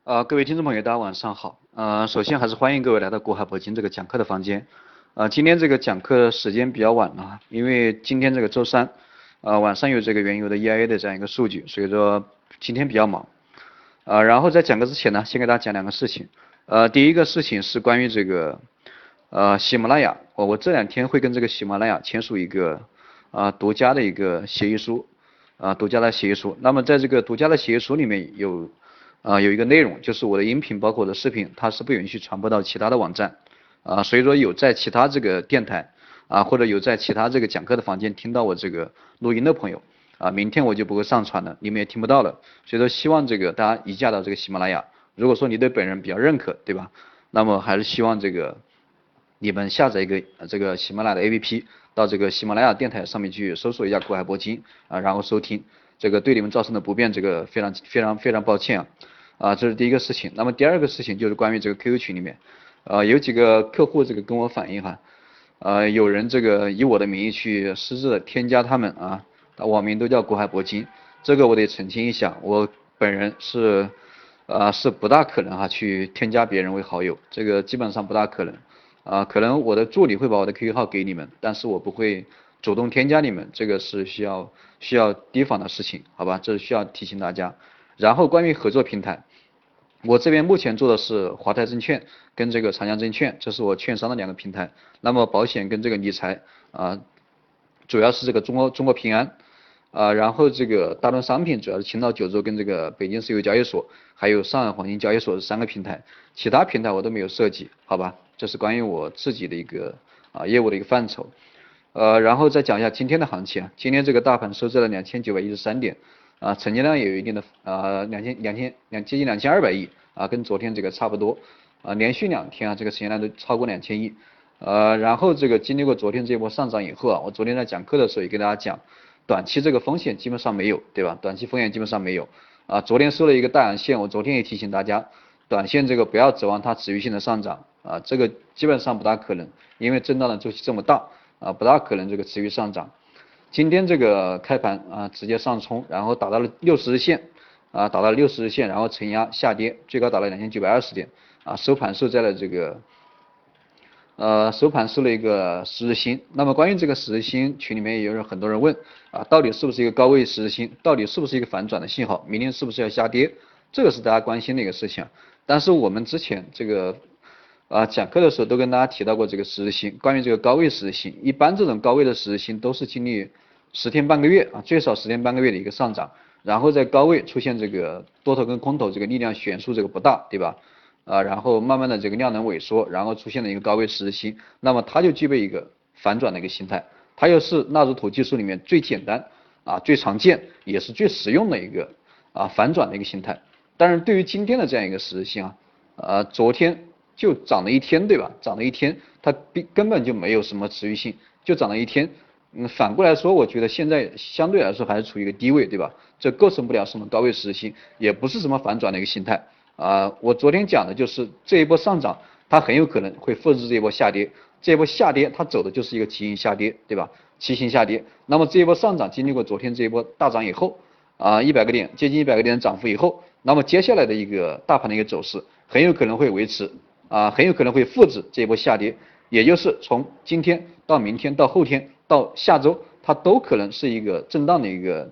各位听众朋友，大家晚上好。首先还是欢迎各位来到国海铂金这个讲课的房间。今天这个讲课时间比较晚了，因为今天这个周三，晚上有这个原油的 EIA 的这样一个数据，所以说今天比较忙。然后在讲课之前呢，先给大家讲两个事情。第一个事情是关于这个喜马拉雅，我这两天会跟这个喜马拉雅签署一个独家的一个协议书，独家的协议书。那么在这个独家的协议书里面有一个内容，就是我的音频包括我的视频，它是不允许传播到其他的网站，所以说有在其他这个电台或者有在其他这个讲课的房间听到我这个录音的朋友，明天我就不会上传了，你们也听不到了。所以说希望这个大家移驾到这个喜马拉雅，如果说你对本人比较认可，对吧？那么还是希望这个你们下载一个这个喜马拉雅的 APP，到这个喜马拉雅电台上面去搜索一下国海铂金然后收听。这个对你们造成的不便，这个非常抱歉这是第一个事情。那么第二个事情就是关于这个 QQ 群里面，有几个客户这个跟我反映有人这个以我的名义去私自的添加他们网名都叫国海铂金，这个我得澄清一下，我本人是不大可能去添加别人为好友，这个基本上不大可能可能我的助理会把我的 QQ 号给你们，但是我不会主动添加你们，这个是需要提防的事情，好吧？这是需要提醒大家。然后关于合作平台，我这边目前做的是华泰证券跟这个长江证券，这是我券商的两个平台。那么保险跟这个理财主要是这个中国平安然后这个大宗商品主要是青岛九州跟这个北京石油交易所，还有上海黄金交易所这三个平台，其他平台我都没有涉及，好吧？这是关于我自己的一个业务的一个范畴。然后再讲一下今天的行情今天这个大盘收在了2913点成交量也有一定的接近2200亿跟昨天这个差不多连续两天这个成交量都超过2000亿然后这个经历过昨天这一波上涨以后我昨天在讲课的时候也跟大家讲，短期这个风险基本上没有，对吧？短期风险基本上没有昨天收了一个大阳线，我昨天也提醒大家，短线这个不要指望它持续性的上涨这个基本上不大可能，因为震荡的周期这么大不大可能这个持续上涨。今天这个开盘直接上冲，然后打到了60日线打到了60日线，然后承压下跌，最高达到2920点收盘收在了这个收盘收了一个十日新。那么关于这个十日新，群里面也有很多人问到底是不是一个高位十日新，到底是不是一个反转的信号，明天是不是要下跌，这个是大家关心的一个事情。但是我们之前这个讲课的时候都跟大家提到过这个十日新，关于这个高位十日新，一般这种高位的十日新都是经历10天半个月最少10天半个月的一个上涨，然后在高位出现这个多头跟空头这个力量悬殊这个不大，对吧？然后慢慢的这个量能萎缩，然后出现了一个高位十日新，那么它就具备一个反转的一个形态，它又是纳入图技术里面最简单最常见也是最实用的一个反转的一个形态。但是对于今天的这样一个十日新昨天就涨了一天，对吧？涨了一天，它根本就没有什么持续性，就涨了一天。反过来说，我觉得现在相对来说还是处于一个低位，对吧？这构成不了什么高位十日新，也不是什么反转的一个形态。我昨天讲的就是这一波上涨，它很有可能会复制这一波下跌，这一波下跌它走的就是一个旗形下跌，对吧？旗形下跌，那么这一波上涨经历过昨天这一波大涨以后100个点，接近100个点的涨幅以后，那么接下来的一个大盘的一个走势很有可能会维持很有可能会复制这一波下跌，也就是从今天到明天到后天到下周，它都可能是一个震荡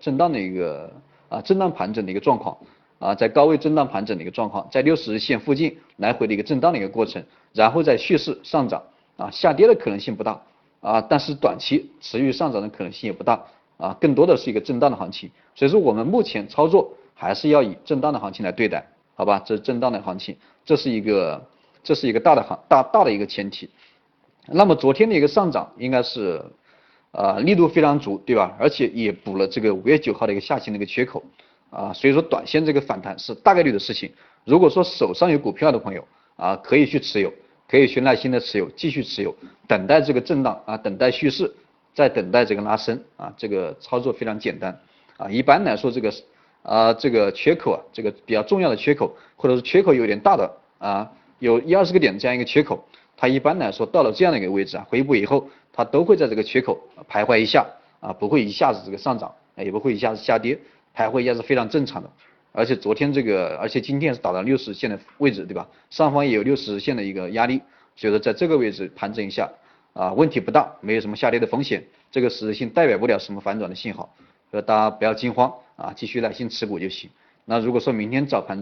盘整的一个状况在高位震荡盘整的一个状况，在60日线附近来回的一个震荡的一个过程，然后再蓄势上涨下跌的可能性不大但是短期持续上涨的可能性也不大更多的是一个震荡的行情，所以说我们目前操作还是要以震荡的行情来对待，好吧？这是震荡的行情，这是一个大的一个前提。那么昨天的一个上涨应该是力度非常足，对吧？而且也补了这个5月9号的一个下行的一个缺口所以说短线这个反弹是大概率的事情。如果说手上有股票的朋友可以去持有，可以去耐心的持有，继续持有，等待这个震荡等待蓄势，再等待这个拉升这个操作非常简单一般来说这个缺口这个比较重要的缺口，或者是缺口有点大的有10-20个点的这样一个缺口，它一般来说到了这样的一个位置回补以后，它都会在这个缺口徘徊一下不会一下子这个上涨也不会一下子下跌，徘徊一下是非常正常的而且昨天而且今天是达到60日线的位置，对吧？上方也有60日线的一个压力，所以说在这个位置盘整一下问题不大，没有什么下跌的风险，这个实质性代表不了什么反转的信号，所以大家不要惊慌继续耐心持股就行。那如果说明天早盘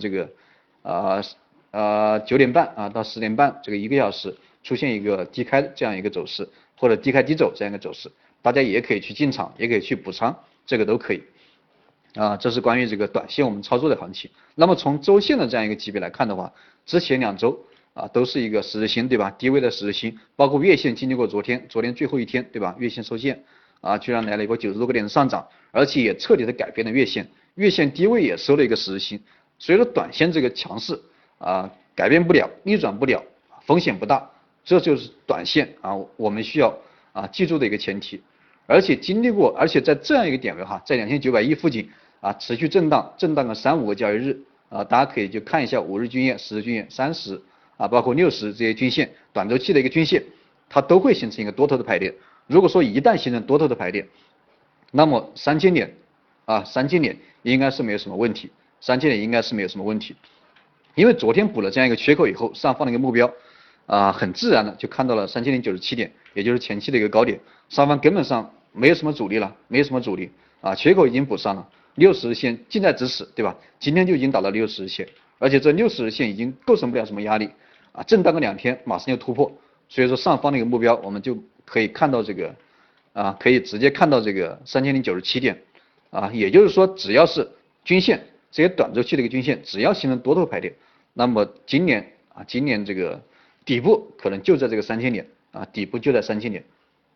9点半到10点半这个1个小时出现一个低开这样一个走势，或者低开低走这样一个走势，大家也可以去进场，也可以去补仓，这个都可以。这是关于这个短线我们操作的行情。那么从周线的这样一个级别来看的话，之前2周都是一个十日星，对吧？低位的十日星，包括月线经历过昨天最后一天，对吧？月线收线居然来了一波90多个点的上涨，而且也彻底的改变了月线，月线低位也收了一个十日星，所以说短线这个强势改变不了，逆转不了，风险不大，这就是短线我们需要记住的一个前提。而且在这样一个点位在2910附近持续震荡个3、5个交易日大家可以就看一下5日均线、10日均线、30包括60这些均线，短周期的一个均线，它都会形成一个多头的排列。如果说一旦形成多头的排列，那么3000点应该是没有什么问题，3000点应该是没有什么问题，因为昨天补了这样一个缺口以后，上方的一个目标很自然的就看到了3097点，也就是前期的一个高点，上方根本上没有什么阻力了，缺口已经补上了，60日线近在咫尺，对吧？今天就已经达到60日线，而且这60日线已经构成不了什么压力震荡个2天马上就突破，所以说上方的一个目标我们就可以看到可以直接看到这个3097点也就是说只要是均线这些短周期的一个均线只要形成多头排列，那么今年这个底部可能就在这个3000点底部就在3000点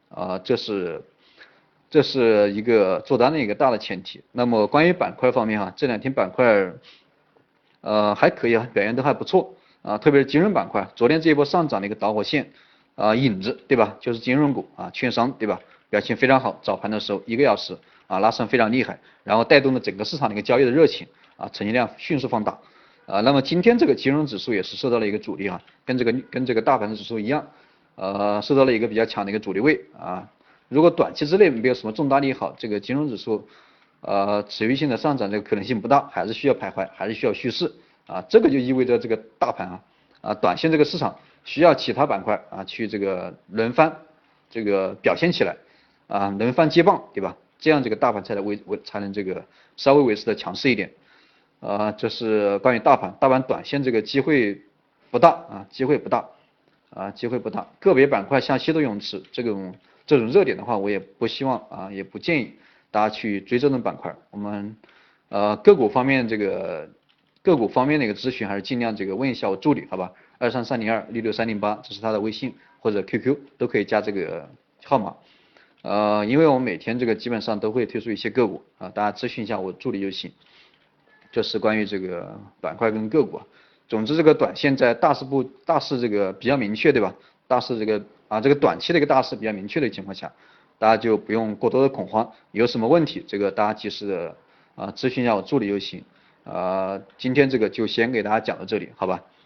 这是一个做单的一个大的前提。那么关于板块方面这2天板块还可以表现都还不错特别是金融板块，昨天这一波上涨的一个导火线影子，对吧？就是金融股券商，对吧？表现非常好，早盘的时候1个小时拉升非常厉害，然后带动了整个市场的一个交易的热情成交量迅速放大那么今天这个金融指数也是受到了一个阻力跟这个大盘指数一样受到了一个比较强的一个阻力位如果短期之内没有什么重大利好，这个金融指数持续性的上涨这个可能性不大，还是需要徘徊，还是需要蓄势这个就意味着这个大盘短线这个市场需要其他板块去这个轮番这个表现起来轮番接棒，对吧？这样这个大盘才能这个稍微维持的强势一点这是关于大盘短线这个机会不大机会不大，个别板块像稀土永磁这种热点的话，我也不希望也不建议大家去追这种板块。我们个股方面的一个咨询还是尽量这个问一下我助理，好吧？233026638，这是他的微信或者 QQ 都可以加这个号码。因为我们每天这个基本上都会推出一些个股大家咨询一下我助理就行。这是关于这个板块跟个股总之这个短线在大势这个比较明确，对吧？大势这个这个短期的一个大势比较明确的情况下，大家就不用过多的恐慌，有什么问题这个大家及时的咨询一下我助理就行。今天这个就先给大家讲到这里，好吧？